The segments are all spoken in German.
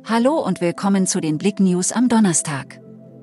Hallo und willkommen zu den Blick News am Donnerstag.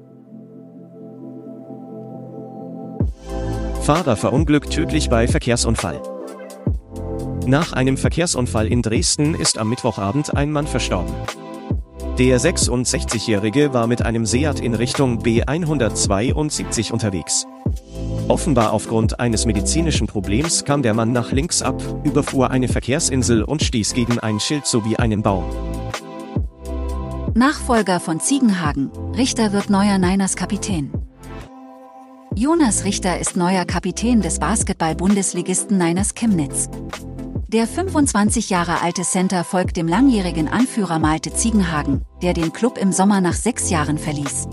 Fahrer verunglückt tödlich bei Verkehrsunfall. Nach einem Verkehrsunfall in Dresden ist am Mittwochabend ein Mann verstorben. Der 66-Jährige war mit einem Seat in Richtung B172 unterwegs. Offenbar aufgrund eines medizinischen Problems kam der Mann nach links ab, überfuhr eine Verkehrsinsel und stieß gegen ein Schild sowie einen Baum. Nachfolger von Ziegenhagen, Richter wird neuer Niners-Kapitän. Jonas Richter ist neuer Kapitän des Basketball-Bundesligisten Niners Chemnitz. Der 25 Jahre alte Center folgt dem langjährigen Anführer Malte Ziegenhagen, der den Klub im Sommer nach 6 Jahren verließ.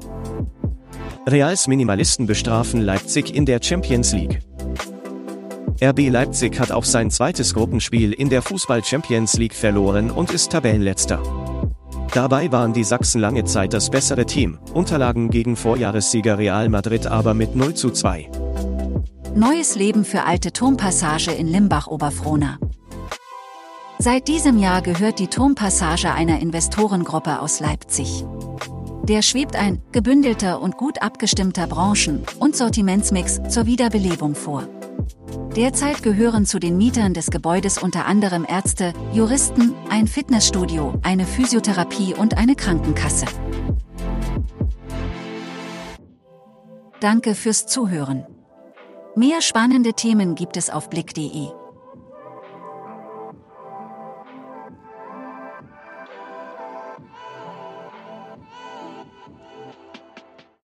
Reals Minimalisten bestrafen Leipzig in der Champions League. RB Leipzig hat auch sein zweites Gruppenspiel in der Fußball-Champions League verloren und ist Tabellenletzter. Dabei waren die Sachsen lange Zeit das bessere Team, unterlagen gegen Vorjahressieger Real Madrid aber mit 0:2. Neues Leben für alte Turmpassage in Limbach-Oberfrohna. Seit diesem Jahr gehört die Turmpassage einer Investorengruppe aus Leipzig. Der schwebt ein gebündelter und gut abgestimmter Branchen- und Sortimentsmix zur Wiederbelebung vor. Derzeit gehören zu den Mietern des Gebäudes unter anderem Ärzte, Juristen, ein Fitnessstudio, eine Physiotherapie und eine Krankenkasse. Danke fürs Zuhören. Mehr spannende Themen gibt es auf blick.de.